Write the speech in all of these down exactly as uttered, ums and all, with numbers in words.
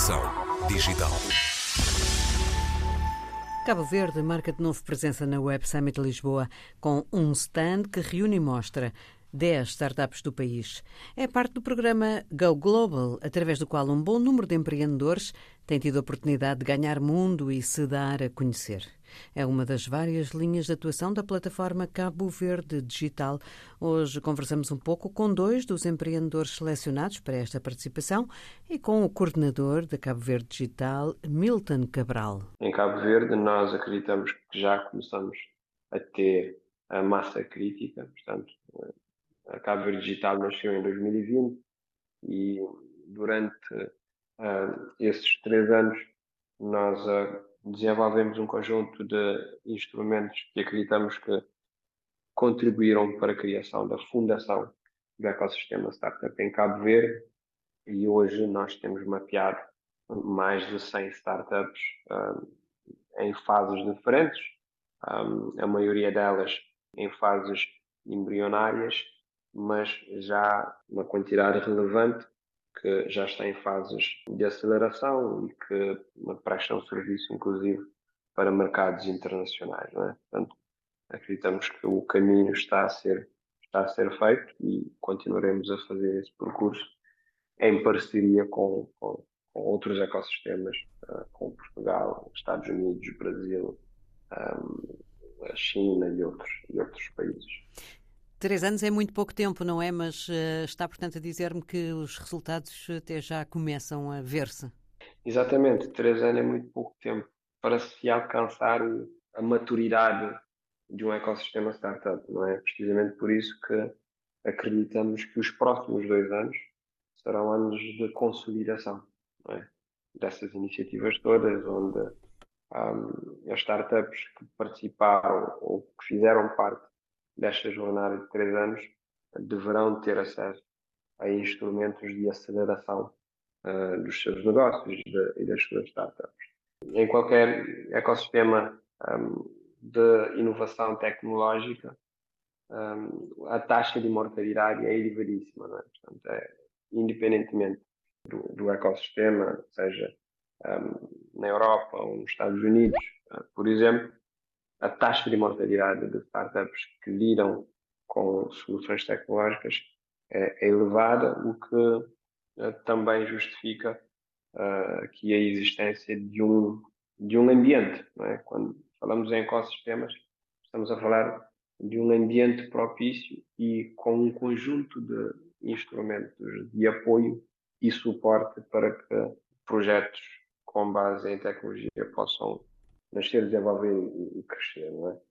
Inovação Digital. Cabo Verde marca de novo presença na Web Summit Lisboa, com um stand que reúne e mostra dez startups do país. É parte do programa Go Global, através do qual um bom número de empreendedores tem tido a oportunidade de ganhar mundo e se dar a conhecer. É uma das várias linhas de atuação da plataforma Cabo Verde Digital. Hoje conversamos um pouco com dois dos empreendedores selecionados para esta participação e com o coordenador da Cabo Verde Digital, Milton Cabral. Em Cabo Verde, nós acreditamos que já começamos a ter a massa crítica, portanto, a Cabo Verde Digital nasceu em dois mil e vinte e durante uh, esses três anos nós uh, desenvolvemos um conjunto de instrumentos que acreditamos que contribuíram para a criação da fundação do ecossistema startup em Cabo Verde, e hoje nós temos mapeado mais de cem startups uh, em fases diferentes, um, a maioria delas em fases embrionárias, mas já uma quantidade relevante que já está em fases de aceleração e que prestam serviço, inclusive, para mercados internacionais, não é? Portanto, acreditamos que o caminho está a ser, está a ser feito e continuaremos a fazer esse percurso em parceria com, com, com outros ecossistemas, uh, com Portugal, Estados Unidos, Brasil, um, a China e outros, e outros países. Três anos é muito pouco tempo, não é? Mas uh, está, portanto, a dizer-me que os resultados até já começam a ver-se. Exatamente, três anos é muito pouco tempo para se alcançar o, a maturidade de um ecossistema startup, não é? Precisamente por isso que acreditamos que os próximos dois anos serão anos de consolidação, não é? Dessas iniciativas todas, onde um, as startups que participaram ou que fizeram parte desta jornada de três anos deverão ter acesso a instrumentos de aceleração uh, dos seus negócios de, e das suas startups. Em qualquer ecossistema um, de inovação tecnológica, um, a taxa de mortalidade é elevadíssima, não é? Portanto, é, independentemente do, do ecossistema, seja um, na Europa ou nos Estados Unidos, uh, por exemplo, a taxa de mortalidade de startups que lidam com soluções tecnológicas é, é elevada, o que uh, também justifica uh, aqui a existência de um, de um ambiente, não é? Quando falamos em ecossistemas, estamos a falar de um ambiente propício e com um conjunto de instrumentos de apoio e suporte para que projetos com base em tecnologia possam nascer, desenvolver e crescer, não é?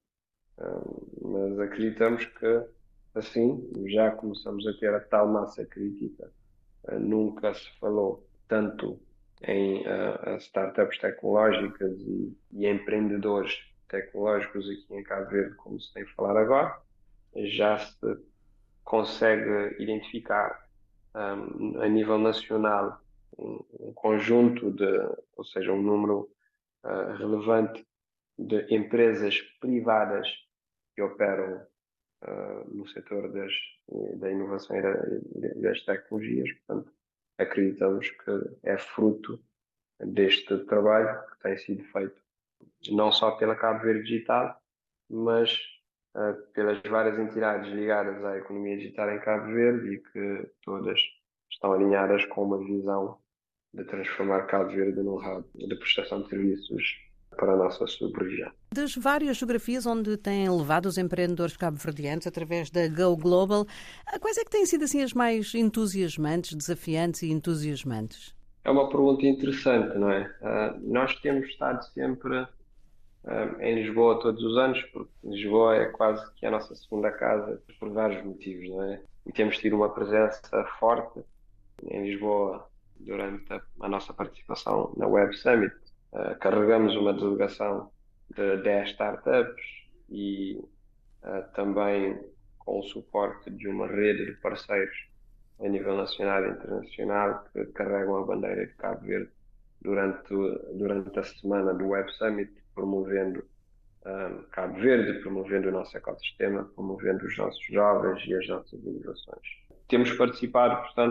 Mas acreditamos que, assim, já começamos a ter a tal massa crítica. Nunca se falou tanto em uh, startups tecnológicas e, e empreendedores tecnológicos aqui em Cabo Verde como se tem a falar agora. Já se consegue identificar um, a nível nacional um, um conjunto de, ou seja, um número uh, relevante de empresas privadas que operam uh, no setor das, da inovação e das tecnologias. Portanto, acreditamos que é fruto deste trabalho que tem sido feito não só pela Cabo Verde Digital, mas uh, pelas várias entidades ligadas à economia digital em Cabo Verde e que todas estão alinhadas com uma visão de transformar Cabo Verde num hub de prestação de serviços para a nossa sub-região. Das várias geografias onde têm levado os empreendedores cabo-verdianos através da Go Global, quais é que têm sido assim as mais entusiasmantes, desafiantes e entusiasmantes? É uma pergunta interessante, não é? Uh, nós temos estado sempre uh, em Lisboa todos os anos, porque Lisboa é quase que a nossa segunda casa por vários motivos, não é? E temos tido uma presença forte em Lisboa durante a, a nossa participação na Web Summit. Uh, carregamos uma delegação de dez startups e uh, também com o suporte de uma rede de parceiros a nível nacional e internacional que carregam a bandeira de Cabo Verde durante, durante a semana do Web Summit, promovendo um, Cabo Verde, promovendo o nosso ecossistema, promovendo os nossos jovens e as nossas inovações. Temos participado, portanto,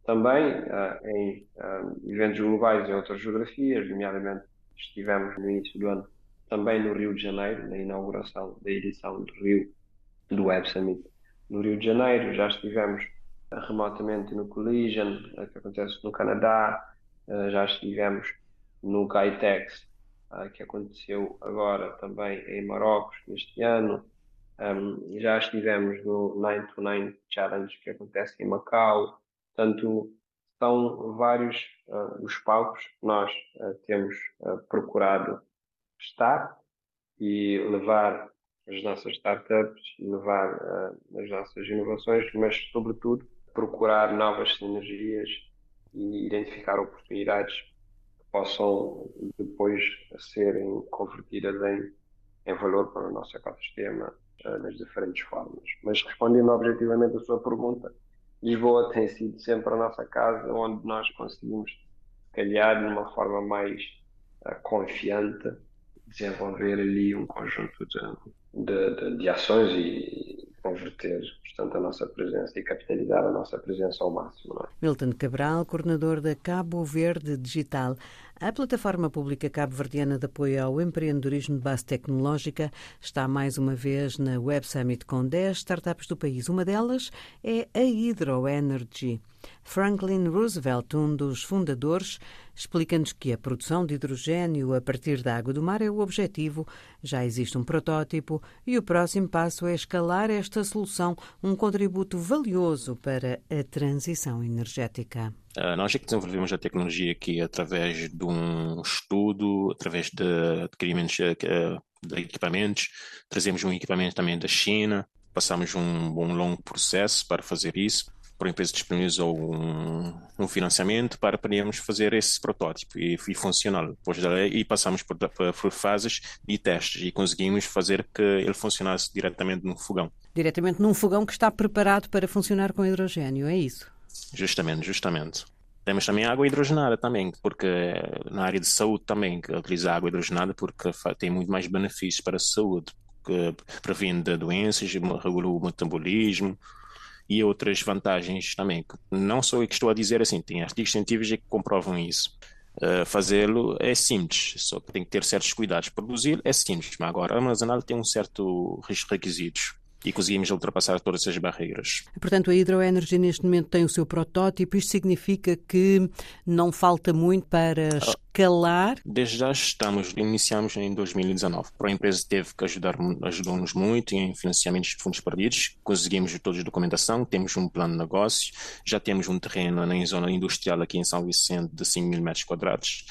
Também uh, em uh, eventos globais em outras geografias, nomeadamente estivemos no início do ano também no Rio de Janeiro, na inauguração da edição do Rio do Web Summit no Rio de Janeiro, já estivemos uh, remotamente no Collision, uh, que acontece no Canadá, uh, já estivemos no GAITEX, uh, que aconteceu agora também em Marrocos este ano, um, já estivemos no nove to nove Challenge, que acontece em Macau. Portanto, são vários uh, os palcos que nós uh, temos uh, procurado estar e levar as nossas startups, levar uh, as nossas inovações, mas, sobretudo, procurar novas sinergias e identificar oportunidades que possam depois serem convertidas em, em valor para o nosso ecossistema uh, nas diferentes formas. Mas, respondendo objetivamente à sua pergunta, Lisboa tem sido sempre a nossa casa, onde nós conseguimos, calhar, de uma forma mais uh, confiante, desenvolver ali um conjunto de, de, de, de ações e converter, portanto, a nossa presença e capitalizar a nossa presença ao máximo. Não é? Milton Cabral, coordenador da Cabo Verde Digital. A plataforma pública cabo-verdiana de apoio ao empreendedorismo de base tecnológica está mais uma vez na Web Summit com dez startups do país. Uma delas é a Hydro Energy. Franklin Roosevelt, um dos fundadores, explica-nos que a produção de hidrogênio a partir da água do mar é o objetivo. Já existe um protótipo e o próximo passo é escalar esta solução, um contributo valioso para a transição energética. Uh, nós é que desenvolvemos a tecnologia aqui através de um estudo, através de adquirimentos uh, de equipamentos. Trazemos um equipamento também da China, passamos um, um longo processo para fazer isso. A empresa disponibilizou um, um financiamento para podermos fazer esse protótipo e, e funcionar. Depois daí, e passamos por, por fases de testes e conseguimos fazer que ele funcionasse diretamente no fogão. Diretamente num fogão que está preparado para funcionar com hidrogênio, é isso? Justamente, justamente. Temos também água hidrogenada também, porque na área de saúde também, que utiliza água hidrogenada porque tem muito mais benefícios para a saúde, que previne doenças, regula o metabolismo e outras vantagens também. Não sou eu que estou a dizer assim, tem artigos científicos que comprovam isso. Uh, fazê-lo é simples, só que tem que ter certos cuidados. Produzir é simples, mas agora armazená-lo tem um certo requisitos. E conseguimos ultrapassar todas essas barreiras. Portanto, a Hydro Energy neste momento tem o seu protótipo. Isto significa que não falta muito para escalar? Desde já estamos, iniciamos em dois mil e dezanove. A empresa teve que ajudar, ajudou-nos muito em financiamentos de fundos perdidos. Conseguimos toda a documentação, temos um plano de negócio, já temos um terreno na zona industrial aqui em São Vicente de cinco mil metros quadrados.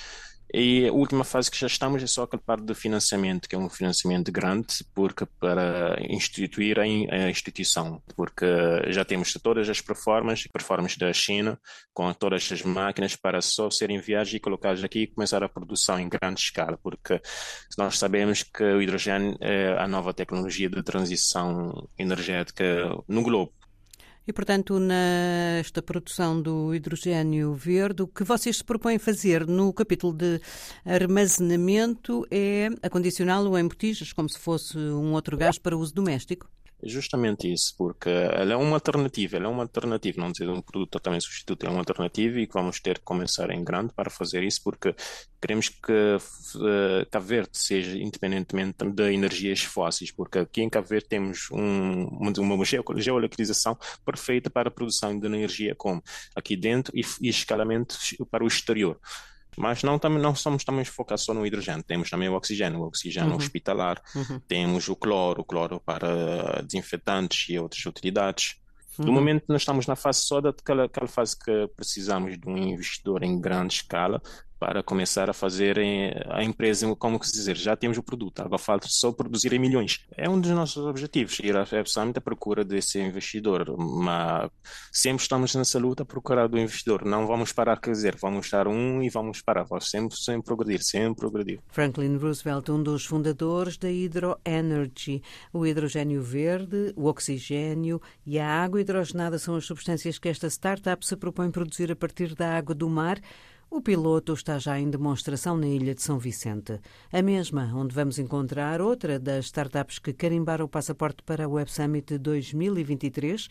E a última fase que já estamos é só aquela parte de financiamento, que é um financiamento grande, porque para instituir a instituição, porque já temos todas as performances, performances da China, com todas as máquinas para só serem enviadas e colocadas aqui e começar a produção em grande escala, porque nós sabemos que o hidrogênio é a nova tecnologia de transição energética no globo. E, portanto, nesta produção do hidrogênio verde, o que vocês se propõem fazer no capítulo de armazenamento é acondicioná-lo em botijas, como se fosse um outro gás para uso doméstico? Justamente isso, porque ela é uma alternativa, ela é uma alternativa, não dizer um produto totalmente substituto, é uma alternativa e que vamos ter que começar em grande para fazer isso, porque queremos que uh, Cabo Verde seja independentemente de energias fósseis, porque aqui em Cabo Verde temos um, uma geolocalização perfeita para a produção de energia, como aqui dentro e, e escalamento para o exterior. Mas não, tam, não somos também focados só no hidrogênio, temos também o oxigênio, o oxigênio uhum. hospitalar, uhum. temos o cloro, o cloro para desinfetantes e outras utilidades. Uhum. No momento nós estamos na fase só daquela, daquela fase que precisamos de um investidor em grande escala para começar a fazer a empresa, como que dizer, já temos o produto, agora falta só produzir em milhões. É um dos nossos objetivos, ir à Web Summit à procura desse investidor, mas sempre estamos nessa luta a procurar do investidor, não vamos parar, quer dizer, vamos estar um e vamos parar, vamos sempre, sempre progredir, sempre progredir. Franklin Roosevelt, um dos fundadores da Hydro Energy, o hidrogênio verde, o oxigênio e a água hidrogenada são as substâncias que esta startup se propõe produzir a partir da água do mar. O piloto está já em demonstração na ilha de São Vicente, a mesma onde vamos encontrar outra das startups que carimbaram o passaporte para a Web Summit de dois mil e vinte e três,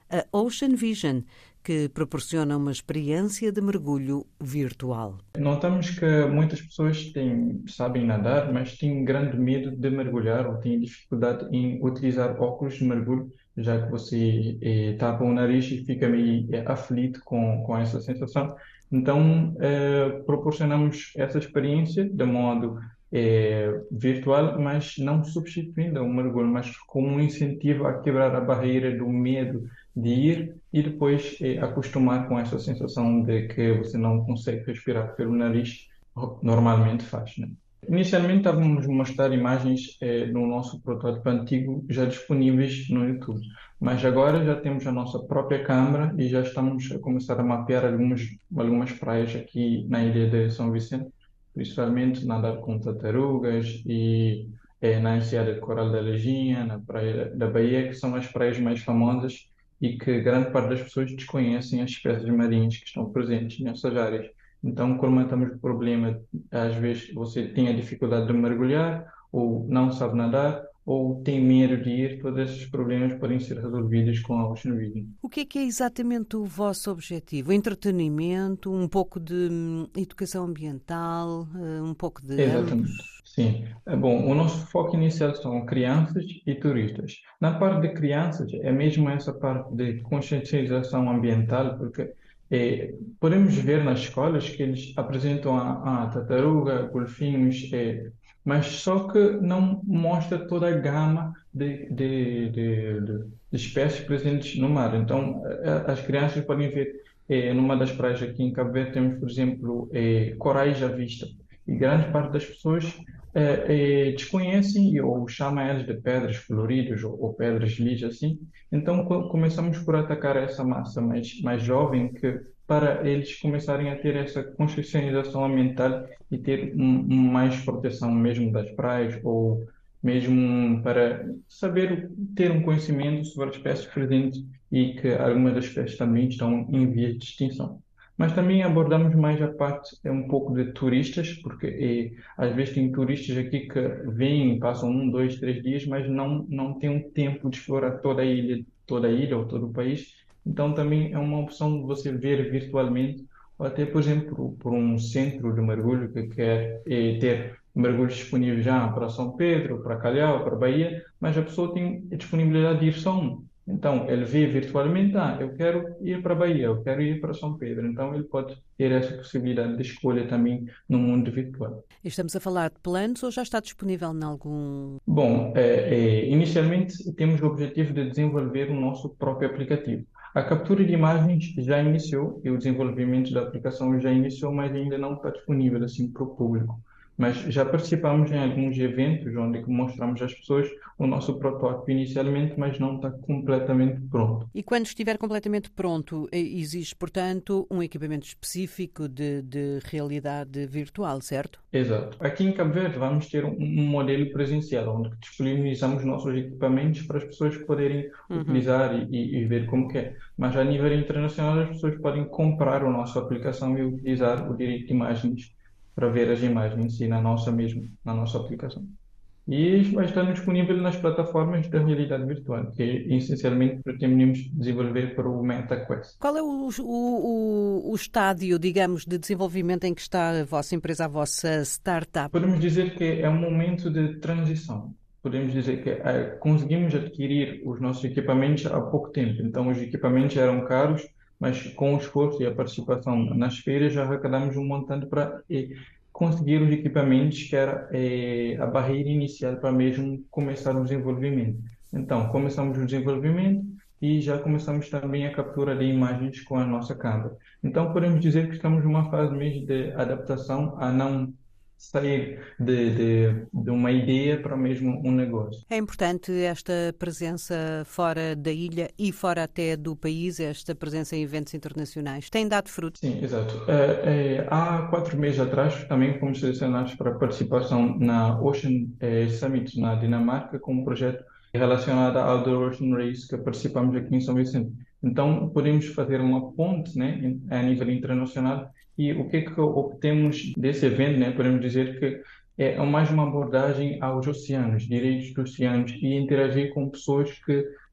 a Ocean Vision, que proporciona uma experiência de mergulho virtual. Notamos que muitas pessoas têm, sabem nadar, mas têm grande medo de mergulhar ou têm dificuldade em utilizar óculos de mergulho, já que você eh, tapa o nariz e fica meio eh, aflito com, com essa sensação. Então, eh, proporcionamos essa experiência de modo eh, virtual, mas não substituindo o mergulho, mas como um incentivo a quebrar a barreira do medo de ir e depois eh, acostumar com essa sensação de que você não consegue respirar pelo nariz, normalmente faz, né? Inicialmente estávamos a mostrar imagens eh, no nosso protótipo antigo já disponíveis no YouTube, mas agora já temos a nossa própria câmara e já estamos a começar a mapear algumas, algumas praias aqui na ilha de São Vicente, principalmente nadar com tartarugas e eh, na enseada de Coral da Lajinha, na praia da Bahia, que são as praias mais famosas e que grande parte das pessoas desconhecem as espécies marinhas que estão presentes nessas áreas. Então, colmatamos o problema, às vezes você tem a dificuldade de mergulhar, ou não sabe nadar, ou tem medo de ir, todos esses problemas podem ser resolvidos com a Ocean Vision. O que é que é exatamente o vosso objetivo? Entretenimento, um pouco de hum, educação ambiental, uh, um pouco de Exatamente, ambos? sim. É bom, o nosso foco inicial são crianças e turistas. Na parte de crianças, é mesmo essa parte de conscientização ambiental, porque eh, podemos ver nas escolas que eles apresentam a, a tartaruga, golfinhos, eh, mas só que não mostra toda a gama de, de, de, de, de espécies presentes no mar. Então, eh, as crianças podem ver, eh, numa das praias aqui em Cabo Verde, temos, por exemplo, eh, corais à vista. E grande parte das pessoas eh, eh, desconhecem ou chamam elas de pedras floridas ou, ou pedras lisas, assim. Então co- começamos por atacar essa massa mais, mais jovem que para eles começarem a ter essa consciencialização ambiental e ter um, um mais proteção mesmo das praias ou mesmo para saber ter um conhecimento sobre as espécies presentes e que algumas das espécies também estão em vias de extinção. Mas também abordamos mais a parte é um pouco de turistas, porque eh, às vezes tem turistas aqui que vêm, passam um, dois, três dias, mas não, não têm um tempo de explorar toda a ilha, toda a ilha ou todo o país. Então também é uma opção de você ver virtualmente, ou até, por exemplo, por um centro de mergulho que quer eh, ter mergulhos disponíveis já para São Pedro, para Calhau, para Bahia, mas a pessoa tem a disponibilidade de ir só um. Então, ele vê virtualmente, ah, eu quero ir para a Bahia, eu quero ir para São Pedro. Então, ele pode ter essa possibilidade de escolha também no mundo virtual. E estamos a falar de planos ou já está disponível em algum... Bom, é, é, inicialmente temos o objetivo de desenvolver o nosso próprio aplicativo. A captura de imagens já iniciou e o desenvolvimento da aplicação já iniciou, mas ainda não está disponível assim para o público. Mas já participamos em alguns eventos onde mostramos às pessoas o nosso protótipo inicialmente, mas não está completamente pronto. E quando estiver completamente pronto, eh, existe, portanto, um equipamento específico de, de realidade virtual, certo? Exato. Aqui em Cabo Verde vamos ter um, um modelo presencial, onde disponibilizamos nossos equipamentos para as pessoas poderem Uhum. utilizar e, e- e ver como que é. Mas a nível internacional as pessoas podem comprar a nossa aplicação e utilizar o direito de imagens para ver as imagens em si na nossa mesmo, na nossa aplicação. E vai estar disponível nas plataformas da realidade virtual, que essencialmente pretendemos desenvolver para o MetaQuest. Qual é o, o, o, o estádio, digamos, de desenvolvimento em que está a vossa empresa, a vossa startup? Podemos dizer que é um momento de transição. Podemos dizer que eh, conseguimos adquirir os nossos equipamentos há pouco tempo. Então, os equipamentos eram caros, mas com o esforço e a participação nas feiras já arrecadamos um montante para eh, conseguir os equipamentos que era eh, a barreira inicial para mesmo começar o desenvolvimento. Então, começamos o desenvolvimento e já começamos também a captura de imagens com a nossa câmera. Então, podemos dizer que estamos numa fase mesmo de adaptação a não sair de, de, de uma ideia para mesmo um negócio. É importante esta presença fora da ilha e fora até do país, esta presença em eventos internacionais. Tem dado frutos? Sim, exato. Eh, eh, há quatro meses atrás também fomos selecionados para participação na Ocean eh, Summit na Dinamarca com um projeto relacionado ao The Ocean Race que participamos aqui em São Vicente. Então podemos fazer uma ponte, né, em- a nível internacional e o que é que obtemos desse evento, né? Podemos dizer que é mais uma abordagem aos oceanos, direitos dos oceanos e interagir com pessoas que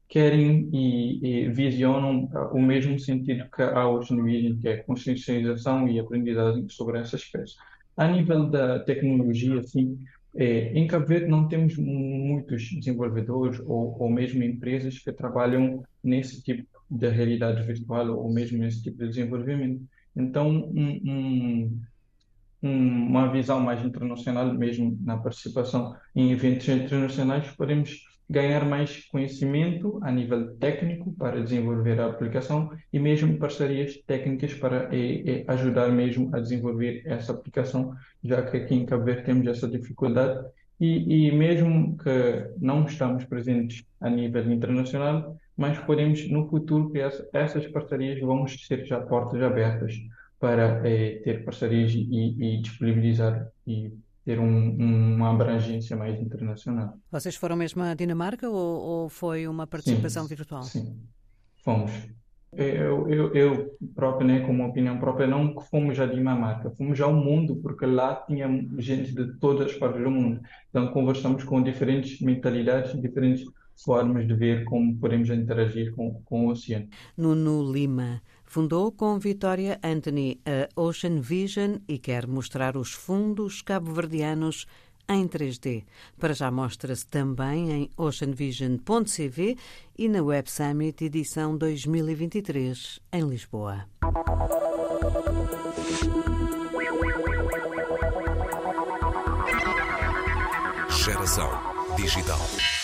querem e, e visionam o mesmo sentido que a Ocean Vision, que é consciencialização e aprendizagem sobre essa espécie. A nível da tecnologia, sim, é, em Cabo Verde não temos muitos desenvolvedores ou, ou mesmo empresas que trabalham nesse tipo de realidade virtual ou mesmo nesse tipo de desenvolvimento. Então, um, um, um- uma visão mais internacional, mesmo na participação em eventos internacionais, podemos ganhar mais conhecimento a nível técnico para desenvolver a aplicação e mesmo parcerias técnicas para eh, eh, ajudar mesmo a desenvolver essa aplicação, já que aqui em Cabo Verde temos essa dificuldade. E, e mesmo que não estamos presentes a nível internacional, mas podemos no futuro que essa- essas parcerias vão ser já portas abertas para eh, ter parcerias e, e disponibilizar e ter um- uma abrangência mais internacional. Vocês foram mesmo à Dinamarca ou, ou foi uma Sim, participação virtual? sim, fomos. Eu, eu, eu próprio, né, como opinião própria, não que fomos à Dinamarca, fomos ao mundo, porque lá tinha gente de todas as partes do mundo. Então conversamos com diferentes mentalidades, diferentes formas de ver como podemos interagir com, com o oceano. Nuno Lima fundou com Vitória Anthony a Ocean Vision e quer mostrar os fundos cabo-verdianos em três D. Para já mostra-se também em ocean vision ponto c v e na Web Summit edição dois mil e vinte e três em Lisboa. Geração Digital.